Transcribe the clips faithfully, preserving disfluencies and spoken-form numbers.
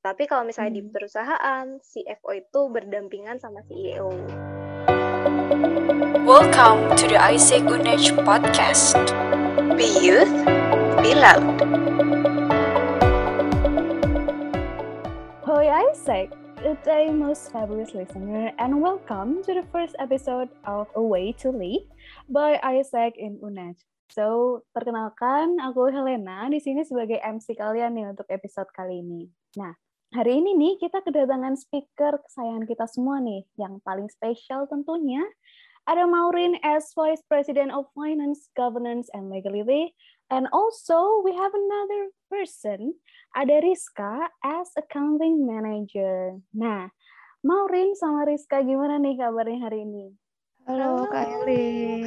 Tapi kalau misalnya di Hmm. perusahaan, C F O itu berdampingan sama C E O. Welcome to the Isaac Unaj podcast. Be youth, be loud. Hi Isaac, good day most fabulous listener, and welcome to the first episode of A Way to Lead by Isaac in Unaj. So, perkenalkan, aku Helena di sini sebagai M C kalian nih untuk episode kali ini. Nah, hari ini nih kita kedatangan speaker kesayangan kita semua nih, yang paling spesial tentunya ada Maureen as Vice President of Finance, Governance, and Legality, and also we have another person, ada Rizka as Accounting Manager. Nah, Maureen sama Rizka gimana nih kabarnya hari ini? Halo, Kak Eli.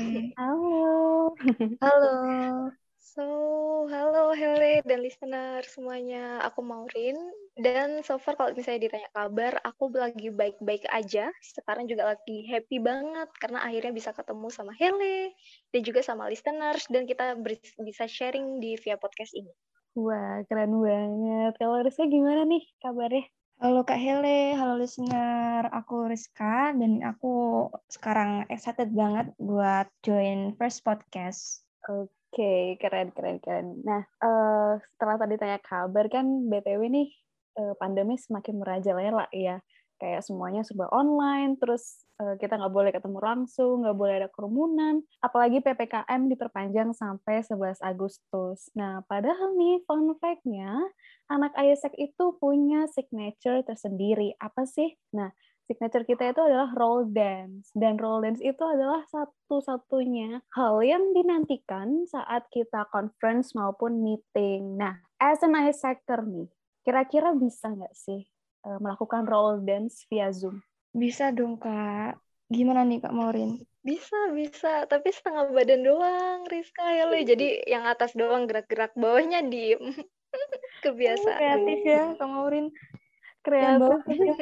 Halo. Halo. So, halo Hele dan listener semuanya. Aku Maureen. Dan so far kalau misalnya ditanya kabar, aku lagi baik-baik aja. Sekarang juga lagi happy banget karena akhirnya bisa ketemu sama Hele dan juga sama listeners. Dan kita ber- bisa sharing di via podcast ini. Wah, keren banget. Kalau Rizka gimana nih kabarnya? Halo Kak Hele, halo listener. Aku Rizka dan aku sekarang excited banget buat join first podcast. Oke, okay, keren, keren, keren. Nah, uh, setelah tadi tanya kabar kan, B T W nih, uh, pandemi semakin merajalela ya. Kayak semuanya serba online, terus uh, kita nggak boleh ketemu langsung, nggak boleh ada kerumunan. Apalagi P P K M diperpanjang sampai sebelas Agustus. Nah, padahal nih, fun fact-nya, anak Isaac itu punya signature tersendiri. Apa sih? Nah, signature kita itu adalah roll dance. Dan roll dance itu adalah satu-satunya hal yang dinantikan saat kita conference maupun meeting. Nah, as an Isaacer nih, kira-kira bisa nggak sih uh, melakukan roll dance via Zoom? Bisa dong, Kak. Gimana nih, Kak Maureen? Bisa, bisa. Tapi setengah badan doang, Rizka. Hele. Jadi yang atas doang gerak-gerak, bawahnya diem. Kebiasaan. Kreatif ya, Kak Maureen. Yang Kreatif. bawah aja.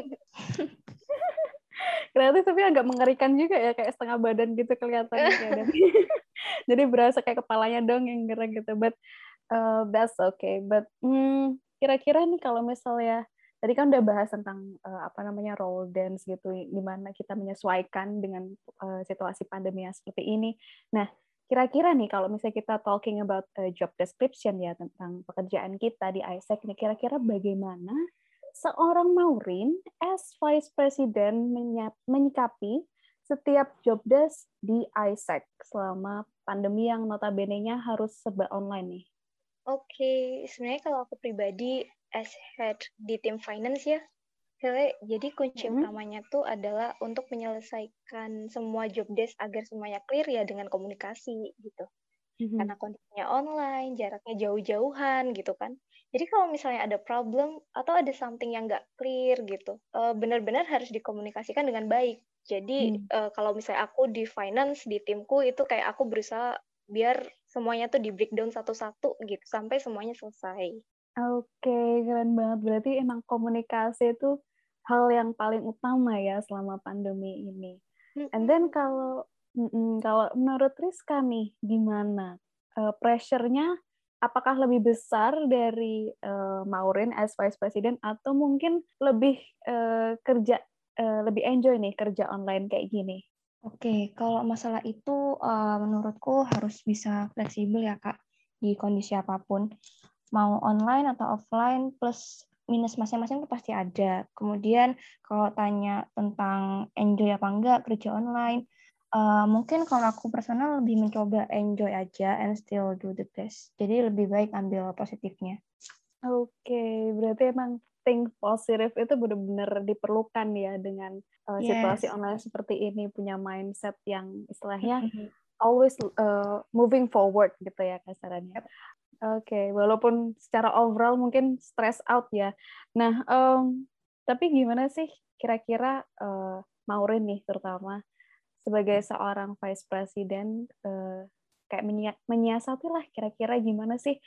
Kreatif tapi agak mengerikan juga ya, kayak setengah badan gitu kelihatannya kayak dari. Jadi berasa kayak kepalanya dong yang gerak gitu. But uh, that's okay. But hmm, kira-kira nih kalau misalnya tadi kan udah bahas tentang uh, apa namanya roll dance gitu, gimana kita menyesuaikan dengan uh, situasi pandemi yang seperti ini. Nah, kira-kira nih kalau misalnya kita talking about uh, job description ya tentang pekerjaan kita di Isaac nih, kira-kira bagaimana seorang Maureen as Vice President menyikapi setiap job desk di Isaac selama pandemi yang notabene-nya harus serba online nih? Oke, okay. Sebenarnya kalau aku pribadi as head di tim finance ya, Hele, jadi kunci Mm-hmm. utamanya tuh adalah untuk menyelesaikan semua job desk agar semuanya clear ya dengan komunikasi gitu. Mm-hmm. Karena kondisinya online, jaraknya jauh-jauhan gitu kan. Jadi kalau misalnya ada problem atau ada something yang nggak clear gitu, uh, benar-benar harus dikomunikasikan dengan baik. Jadi hmm. uh, kalau misalnya aku di finance, di timku itu kayak aku berusaha biar semuanya tuh di breakdown satu-satu gitu, sampai semuanya selesai. Oke, okay, keren banget. Berarti emang komunikasi itu hal yang paling utama ya selama pandemi ini. Mm-hmm. And then kalau mm-mm, kalau menurut Rizka nih, gimana? Uh, pressure-nya apakah lebih besar dari uh, Maureen as Vice President atau mungkin lebih uh, kerja, uh, lebih enjoy nih kerja online kayak gini? Oke, kalau masalah itu uh, menurutku harus bisa fleksibel ya, Kak, di kondisi apapun. Mau online atau offline, plus minus masing-masing itu pasti ada. Kemudian kalau tanya tentang enjoy apa enggak kerja online, uh, mungkin kalau aku personal lebih mencoba enjoy aja and still do the best. Jadi lebih baik ambil positifnya. Oke, okay, berarti emang think positive itu benar-benar diperlukan ya dengan uh, yes. situasi online seperti ini, punya mindset yang istilahnya mm-hmm. always uh, moving forward gitu ya kasarannya. Yep. Oke, okay, walaupun secara overall mungkin stress out ya. Nah, um, tapi gimana sih kira-kira uh, Maureen nih terutama sebagai seorang vice president uh, kayak menyi- menyiasati lah kira-kira gimana sih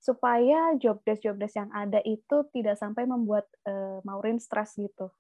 supaya job desk-job desk yang ada itu tidak sampai membuat uh, Maureen stres gitu.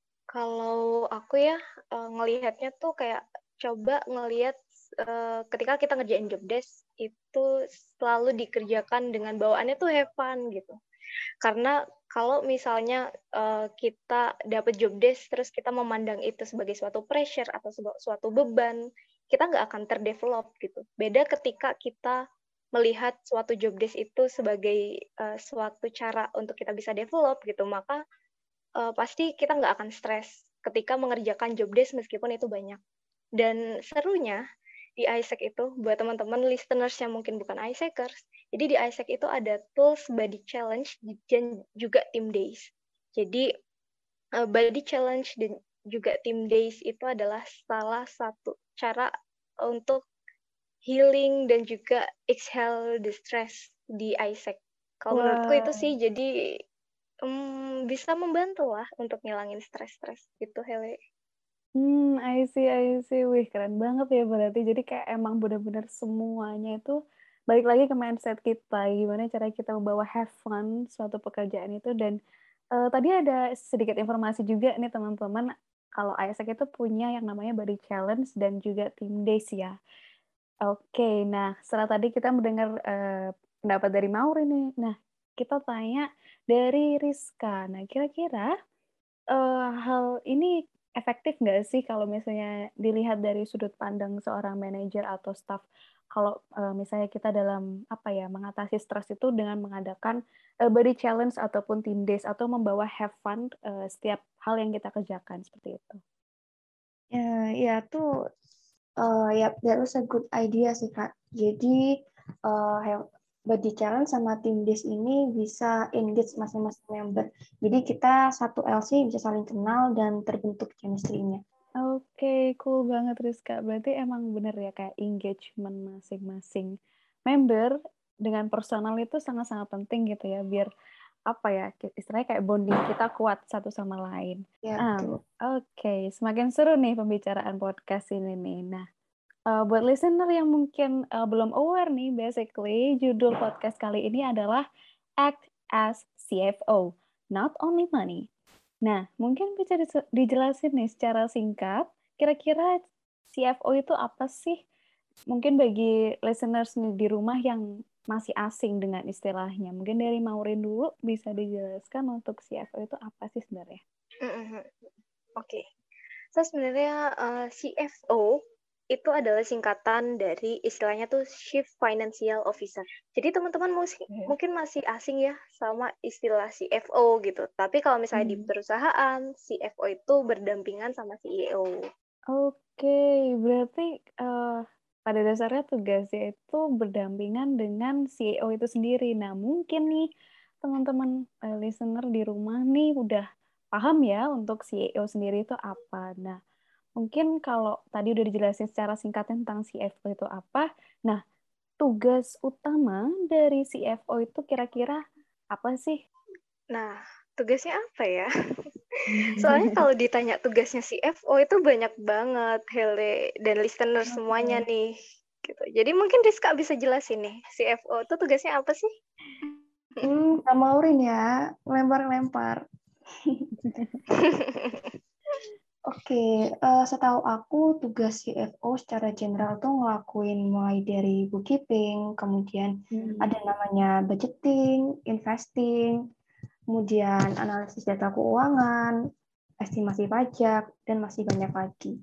Kalau aku ya uh, ngelihatnya tuh kayak coba ngelihat uh, ketika kita ngerjain job desk itu selalu dikerjakan dengan bawaannya tuh have fun gitu. Karena kalau misalnya uh, kita dapat job desk terus kita memandang itu sebagai suatu pressure atau sebuah, suatu beban, kita nggak akan terdevelop gitu. Beda ketika kita melihat suatu job desk itu sebagai uh, suatu cara untuk kita bisa develop gitu, maka uh, pasti kita nggak akan stres ketika mengerjakan job desk meskipun itu banyak. Dan serunya di Isaac itu, buat teman-teman listeners yang mungkin bukan Isaacers, jadi di Isaac itu ada tools body challenge dan juga team days. Jadi uh, body challenge dan juga team days itu adalah salah satu cara untuk healing dan juga exhale the stress di Isaac. Kalau wow. menurutku itu sih jadi um, bisa membantu lah untuk ngilangin stres-stres gitu, Hele. Hmm, I see, I see. Wih, keren banget ya berarti. Jadi kayak emang benar-benar semuanya itu balik lagi ke mindset kita. Gimana cara kita membawa have fun suatu pekerjaan itu. Dan uh, tadi ada sedikit informasi juga nih teman-teman. Kalau Isaac itu punya yang namanya body challenge dan juga team days ya. Oke, nah setelah tadi kita mendengar uh, pendapat dari Mauri nih. Nah, kita tanya dari Rizka. Nah, kira-kira uh, hal ini efektif nggak sih kalau misalnya dilihat dari sudut pandang seorang manajer atau staff, kalau uh, misalnya kita dalam apa ya mengatasi stres itu dengan mengadakan uh, body challenge ataupun team days atau membawa have fun uh, setiap hal yang kita kerjakan seperti itu. Ya, ya tuh uh, ya that was a good idea sih Kak. Jadi uh, body challenge sama team days ini bisa engage masing-masing member. Jadi kita satu L C bisa saling kenal dan terbentuk chemistry-nya. Oke, okay, cool banget Rizka. Berarti emang bener ya kayak engagement masing-masing member dengan personal itu sangat-sangat penting gitu ya, biar apa ya, istilahnya kayak bonding kita kuat satu sama lain. Ya, ah, Oke, okay. Semakin seru nih pembicaraan podcast ini nih. Nah, uh, buat listener yang mungkin uh, belum aware nih, basically judul podcast kali ini adalah Act as C F O, Not Only Money. Nah, mungkin bisa dijelasin nih secara singkat, kira-kira C F O itu apa sih? Mungkin bagi listeners nih di rumah yang masih asing dengan istilahnya. Mungkin dari Maureen dulu bisa dijelaskan untuk C F O itu apa sih sebenarnya? Mm-hmm. Oke. Okay. So, sebenarnya uh, C F O itu adalah singkatan dari istilahnya tuh Chief Financial Officer. Jadi teman-teman mungkin, yeah. mungkin masih asing ya sama istilah C F O gitu. Tapi kalau misalnya hmm. di perusahaan, C F O itu berdampingan sama C E O. Oke, okay. Berarti uh, pada dasarnya tugasnya itu berdampingan dengan C E O itu sendiri. Nah, mungkin nih teman-teman uh, listener di rumah nih udah paham ya untuk C E O sendiri itu apa. Nah, mungkin kalau tadi udah dijelasin secara singkat tentang C F O itu apa, nah tugas utama dari C F O itu kira-kira apa sih? Nah, tugasnya apa ya? Soalnya kalau ditanya tugasnya C F O itu banyak banget, Hele dan listener okay. semuanya nih. Gitu. Jadi mungkin Rizka bisa jelasin nih, C F O itu tugasnya apa sih? Hmm, Kak Maureen ya, lempar-lempar. Oke, okay, uh, setahu aku tugas C F O secara general tuh ngelakuin mulai dari bookkeeping, kemudian hmm. ada namanya budgeting, investing, kemudian analisis data keuangan, estimasi pajak, dan masih banyak lagi.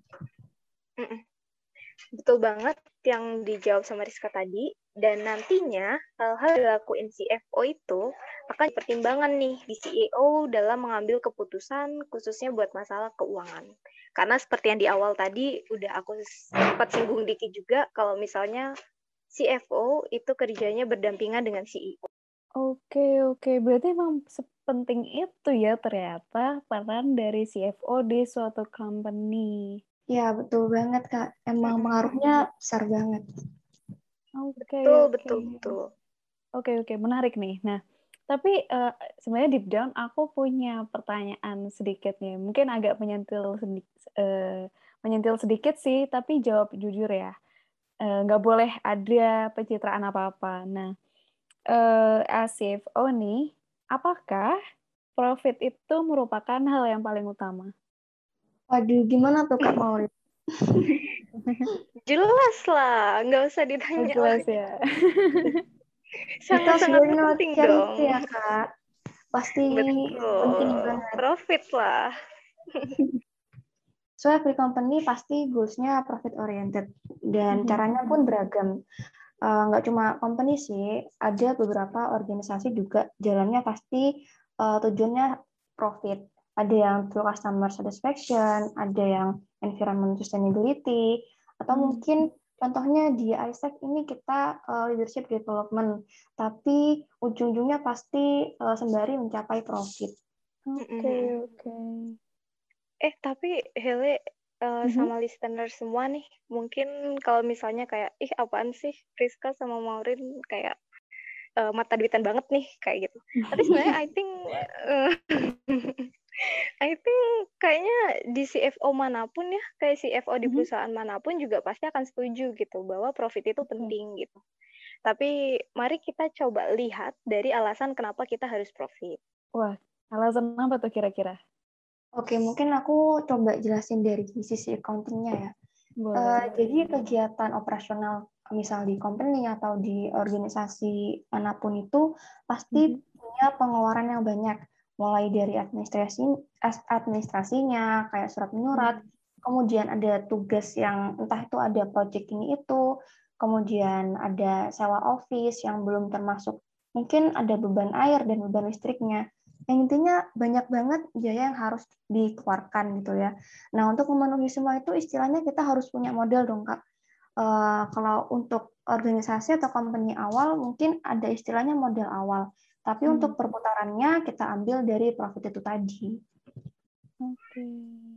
Betul banget yang dijawab sama Rizka tadi, dan nantinya hal-hal yang dilakuin C F O itu akan dipertimbangkan nih di C E O dalam mengambil keputusan khususnya buat masalah keuangan. Karena seperti yang di awal tadi udah aku sempat singgung dikit juga kalau misalnya C F O itu kerjanya berdampingan dengan C E O. Oke, oke. Berarti emang sepenting itu ya ternyata peran dari C F O di suatu company. Ya, betul banget, Kak. Emang pengaruhnya besar banget. Oke, betul, okay. betul, betul. Oke, okay, oke. Okay. Menarik nih. Nah, tapi uh, sebenarnya deep down aku punya pertanyaan sedikit nih. Mungkin agak menyentil sedikit, uh, menyentil sedikit sih, tapi jawab jujur ya. Uh, nggak boleh ada pencitraan apa-apa. Nah, uh, as C F O nih, apakah profit itu merupakan hal yang paling utama? Waduh, gimana tuh Kak Maureen? Jelas lah, nggak usah ditanya. Oh, jelas ya. Sangat-sangat penting dong. Ya, Kak. pasti Betul. penting banget. Profit lah. So every company pasti goals-nya profit oriented dan caranya pun beragam. Uh, nggak cuma company sih, ada beberapa organisasi juga jalannya pasti uh, tujuannya profit. Ada yang through customer satisfaction, ada yang environment sustainability, atau hmm. mungkin contohnya di I S E C ini kita uh, leadership development, tapi ujung-ujungnya pasti uh, sembari mencapai profit. Oke, okay, oke. Okay. Eh, tapi Hele uh, mm-hmm. sama listener semua nih, mungkin kalau misalnya kayak, ih apaan sih Priska sama Maureen kayak uh, mata duitan banget nih, kayak gitu. Tapi sebenarnya I think, uh, I think kayaknya di C F O manapun ya, kayak C F O di perusahaan mm-hmm. manapun juga pasti akan setuju gitu, bahwa profit itu penting okay. gitu. Tapi mari kita coba lihat dari alasan kenapa kita harus profit. Wah, alasan apa tuh kira-kira? Oke, mungkin aku coba jelasin dari sisi accounting-nya ya. Uh, jadi kegiatan operasional, misal di company atau di organisasi manapun itu, pasti mm-hmm. punya pengeluaran yang banyak. Mulai dari administrasi, administrasinya, kayak surat menyurat, mm-hmm. kemudian ada tugas yang entah itu ada project ini itu, kemudian ada sewa office yang belum termasuk, mungkin ada beban air dan beban listriknya. Yang intinya banyak banget biaya yang harus dikeluarkan gitu ya. Nah, untuk memenuhi semua itu istilahnya kita harus punya modal dong, Kak. Uh, kalau untuk organisasi atau company awal mungkin ada istilahnya modal awal. Tapi hmm. untuk perputarannya kita ambil dari profit itu tadi. Oke. Okay.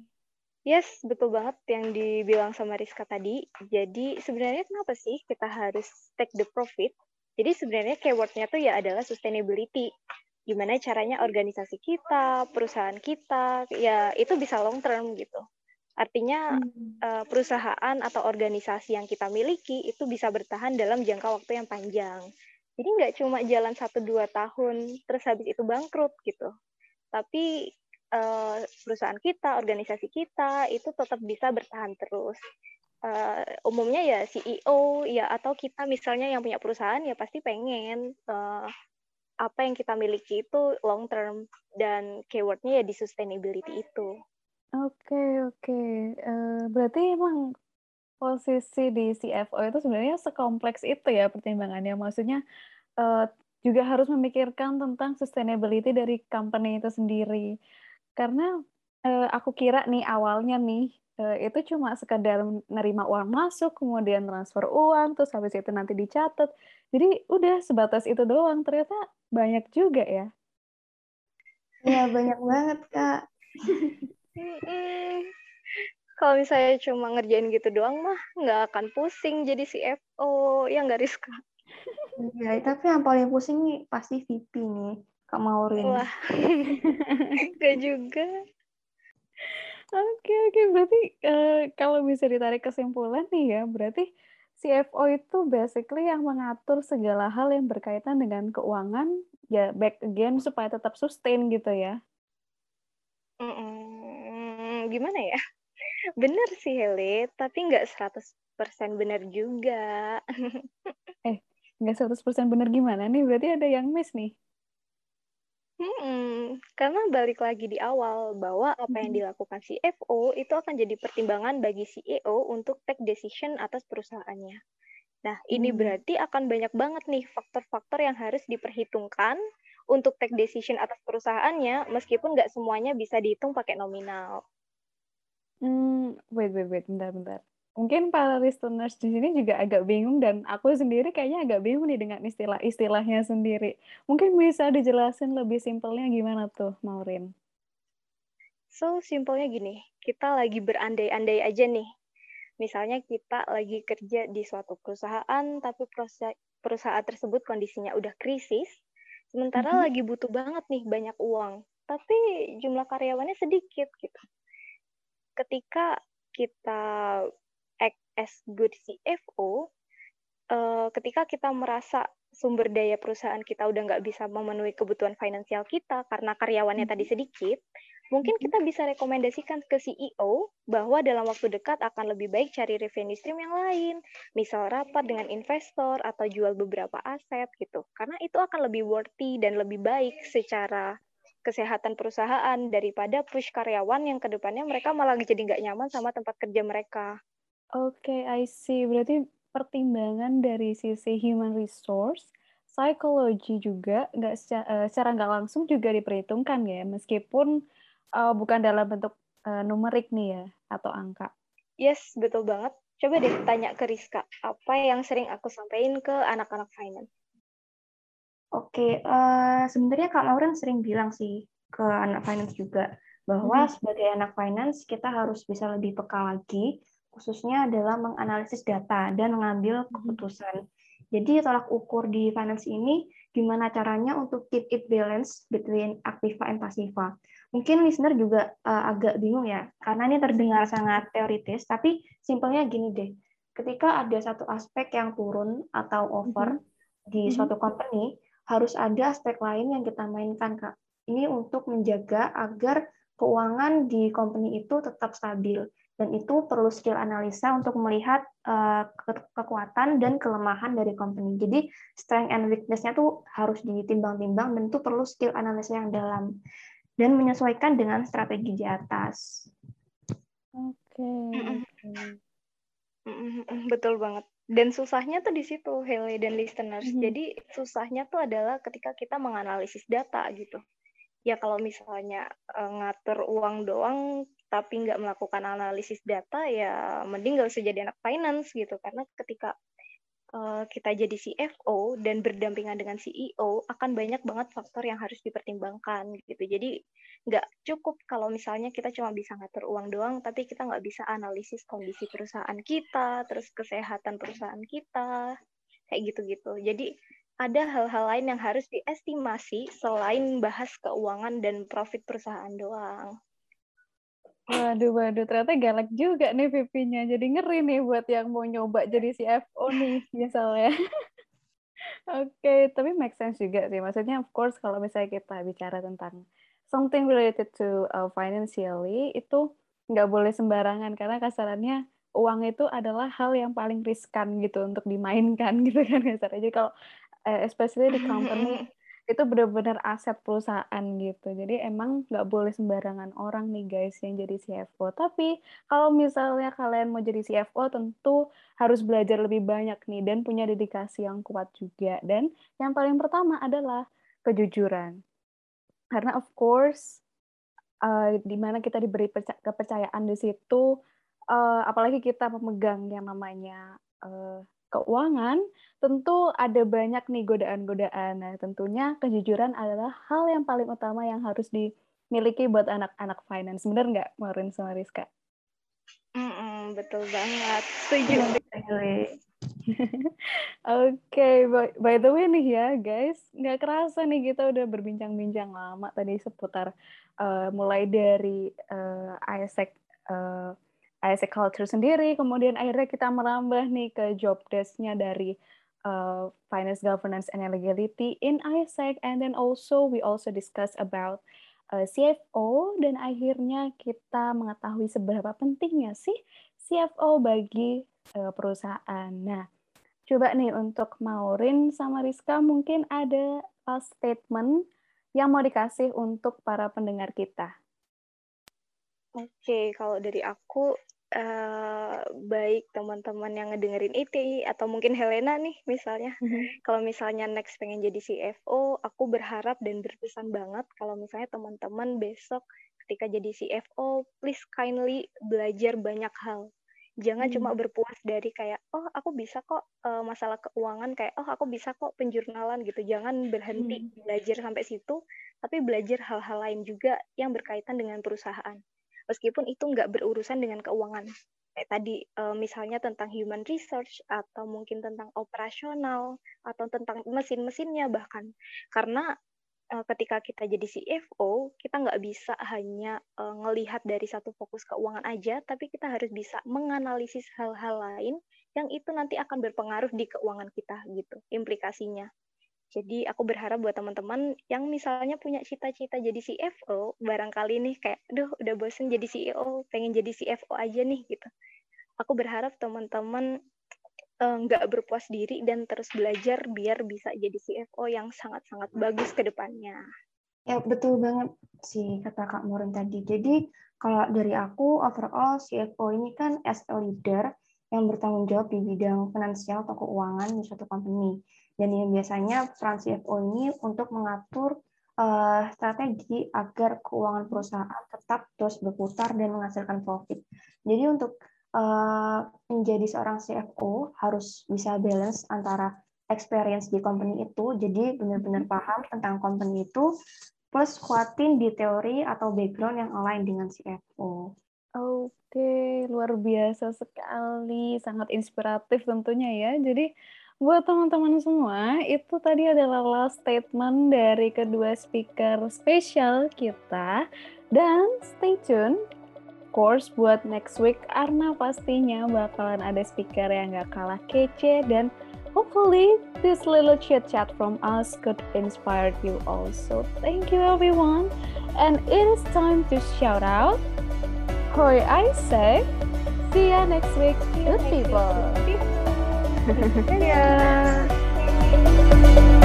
Yes, betul banget yang dibilang sama Rizka tadi. Jadi sebenarnya kenapa sih kita harus take the profit? Jadi sebenarnya keyword-nya tuh ya adalah sustainability. Gimana caranya organisasi kita, perusahaan kita, ya itu bisa long term gitu. Artinya hmm. uh, perusahaan atau organisasi yang kita miliki itu bisa bertahan dalam jangka waktu yang panjang. Jadi nggak cuma jalan satu dua tahun, terus habis itu bangkrut gitu. Tapi uh, perusahaan kita, organisasi kita itu tetap bisa bertahan terus. Uh, umumnya ya C E O ya atau kita misalnya yang punya perusahaan ya pasti pengen uh, apa yang kita miliki itu long term dan keywordnya ya di sustainability itu. Oke okay, oke, okay. uh, berarti emang posisi di C F O itu sebenarnya sekompleks itu ya pertimbangannya. Maksudnya uh, juga harus memikirkan tentang sustainability dari company itu sendiri. Karena uh, aku kira nih awalnya nih uh, itu cuma sekadar nerima uang masuk, kemudian transfer uang, terus habis itu nanti dicatat. Jadi udah sebatas itu doang. Ternyata banyak juga ya. Iya, banyak banget, Kak. Kalau misalnya cuma ngerjain gitu doang mah nggak akan pusing jadi C F O, ya nggak Rizka? Iya, tapi yang paling pusing nih pasti V P nih, Kak Maureen. Wah, nggak juga. Oke, oke. Berarti uh, kalau bisa ditarik kesimpulan nih ya, berarti C F O itu basically yang mengatur segala hal yang berkaitan dengan keuangan, ya back again supaya tetap sustain gitu ya. Mm-mm, gimana ya? Bener sih Hele, tapi nggak seratus persen bener juga. eh, nggak seratus persen bener gimana nih? Berarti ada yang miss nih. Hmm, karena balik lagi di awal bahwa apa yang dilakukan C F O itu akan jadi pertimbangan bagi C E O untuk take decision atas perusahaannya. Nah, ini hmm. berarti akan banyak banget nih faktor-faktor yang harus diperhitungkan untuk take decision atas perusahaannya, meskipun nggak semuanya bisa dihitung pakai nominal. Hmm, wait, wait, wait, bentar, bentar. Mungkin para listeners di sini juga agak bingung dan aku sendiri kayaknya agak bingung nih dengan istilah-istilahnya sendiri. Mungkin bisa dijelasin lebih simpelnya gimana tuh, Maureen? So, simpelnya gini, kita lagi berandai-andai aja nih. Misalnya kita lagi kerja di suatu perusahaan, tapi perusahaan tersebut kondisinya udah krisis, sementara mm-hmm. lagi butuh banget nih banyak uang, tapi jumlah karyawannya sedikit gitu. Ketika kita act as good C F O, uh, ketika kita merasa sumber daya perusahaan kita udah nggak bisa memenuhi kebutuhan finansial kita karena karyawannya mm-hmm. tadi sedikit, mungkin kita bisa rekomendasikan ke C E O bahwa dalam waktu dekat akan lebih baik cari revenue stream yang lain, misal rapat dengan investor atau jual beberapa aset gitu, karena itu akan lebih worthy dan lebih baik secara kesehatan perusahaan daripada push karyawan yang kedepannya mereka malah jadi nggak nyaman sama tempat kerja mereka. Oke, okay, I see. Berarti pertimbangan dari sisi human resource, psikologi juga nggak secara, secara nggak langsung juga diperhitungkan ya, meskipun uh, bukan dalam bentuk uh, numerik nih ya atau angka. Yes, betul banget. Coba deh tanya ke Rizka, apa yang sering aku sampaikan ke anak-anak finance? Oke, uh, sebenarnya Kak Maureen sering bilang sih ke anak finance juga bahwa mm-hmm. sebagai anak finance kita harus bisa lebih peka lagi, khususnya dalam menganalisis data dan mengambil keputusan. Mm-hmm. Jadi tolak ukur di finance ini gimana caranya untuk keep it balance between aktiva and pasiva. Mungkin listener juga uh, agak bingung ya, karena ini terdengar sangat teoritis, tapi simpelnya gini deh, ketika ada satu aspek yang turun atau over mm-hmm. di suatu company, harus ada aspek lain yang kita mainkan, Kak. Ini untuk menjaga agar keuangan di company itu tetap stabil. Dan itu perlu skill analisa untuk melihat uh, ke- kekuatan dan kelemahan dari company. Jadi, strength and weakness-nya tuh harus ditimbang-timbang dan itu perlu skill analisa yang dalam. Dan menyesuaikan dengan strategi di atas. Oke. Okay. Betul banget. Dan susahnya tuh di situ, Hele dan listeners. Mm-hmm. Jadi susahnya tuh adalah ketika kita menganalisis data gitu. Ya kalau misalnya uh, ngatur uang doang, tapi nggak melakukan analisis data, ya mending nggak usah jadi anak finance gitu. Karena ketika uh, kita jadi C F O dan berdampingan dengan C E O, akan banyak banget faktor yang harus dipertimbangkan gitu. Jadi nggak cukup kalau misalnya kita cuma bisa ngatur uang doang, tapi kita nggak bisa analisis kondisi perusahaan kita, terus kesehatan perusahaan kita, kayak gitu-gitu. Jadi ada hal-hal lain yang harus diestimasi selain bahas keuangan dan profit perusahaan doang. Waduh, waduh, ternyata galak juga nih V P-nya. Jadi ngeri nih buat yang mau nyoba jadi C F O nih, misalnya. Oke, okay, tapi make sense juga sih. Maksudnya, of course, kalau misalnya kita bicara tentang something related to uh, financially, itu nggak boleh sembarangan. Karena kasarannya, uang itu adalah hal yang paling riskan gitu untuk dimainkan gitu kan kasarnya. Jadi kalau, uh, especially di company, itu benar-benar aset perusahaan gitu. Jadi emang nggak boleh sembarangan orang nih guys yang jadi C F O. Tapi kalau misalnya kalian mau jadi C F O tentu harus belajar lebih banyak nih dan punya dedikasi yang kuat juga. Dan yang paling pertama adalah kejujuran. Karena of course uh, di mana kita diberi kepercayaan di situ, uh, apalagi kita memegang yang namanya uh, keuangan, tentu ada banyak nih godaan-godaan. Nah, tentunya kejujuran adalah hal yang paling utama yang harus dimiliki buat anak-anak finance. Bener nggak, Maureen sama Rizka? Mm-mm, betul banget. Setuju. Oke, okay. by, by the way nih ya, guys. Nggak kerasa nih kita udah berbincang-bincang lama tadi seputar uh, mulai dari uh, I S E C uh, I S E C culture sendiri, kemudian akhirnya kita merambah nih ke job desk-nya dari uh, finance governance and legality in I S E C, and then also we also discuss about uh, C F O, dan akhirnya kita mengetahui seberapa pentingnya sih C F O bagi uh, perusahaan. Nah, coba nih untuk Maureen sama Rizka mungkin ada last statement yang mau dikasih untuk para pendengar kita. Oke, okay, kalau dari aku, uh, baik teman-teman yang ngedengerin I T I atau mungkin Helena nih misalnya, mm-hmm. kalau misalnya next pengen jadi C F O, aku berharap dan berpesan banget kalau misalnya teman-teman besok ketika jadi C F O, please kindly belajar banyak hal. Jangan hmm. cuma berpuas dari kayak, oh aku bisa kok uh, masalah keuangan, kayak oh aku bisa kok penjurnalan gitu. Jangan berhenti hmm. belajar sampai situ, tapi belajar hal-hal lain juga yang berkaitan dengan perusahaan. Meskipun itu nggak berurusan dengan keuangan. Kayak tadi, uh, misalnya tentang human research, atau mungkin tentang operasional, atau tentang mesin-mesinnya bahkan. Karena uh, ketika kita jadi C F O, kita nggak bisa hanya uh, ngelihat dari satu fokus keuangan aja, tapi kita harus bisa menganalisis hal-hal lain yang itu nanti akan berpengaruh di keuangan kita gitu, implikasinya. Jadi aku berharap buat teman-teman yang misalnya punya cita-cita jadi C F O, barangkali nih kayak, aduh udah bosen jadi C E O, pengen jadi C F O aja nih gitu. Aku berharap teman-teman nggak uh, berpuas diri dan terus belajar biar bisa jadi C F O yang sangat-sangat bagus ke depannya. Ya, betul banget sih kata Kak Morin tadi. Jadi, kalau dari aku, overall C F O ini kan as a leader yang bertanggung jawab di bidang finansial atau keuangan di suatu company. Dan yang biasanya peran C F O ini untuk mengatur uh, strategi agar keuangan perusahaan tetap terus berputar dan menghasilkan profit. Jadi untuk uh, menjadi seorang C F O harus bisa balance antara experience di company itu, jadi benar-benar paham tentang company itu, plus kuatin di teori atau background yang align dengan C F O. Oke, luar biasa sekali, sangat inspiratif tentunya ya. Jadi buat teman-teman semua, itu tadi adalah last statement dari kedua speaker spesial kita. Dan stay tune, of course, buat next week, karena pastinya bakalan ada speaker yang gak kalah kece, dan hopefully this little chit-chat from us could inspire you also. Thank you everyone, and it is time to shout out. Hoi I say, see ya next week, good people. Yeah.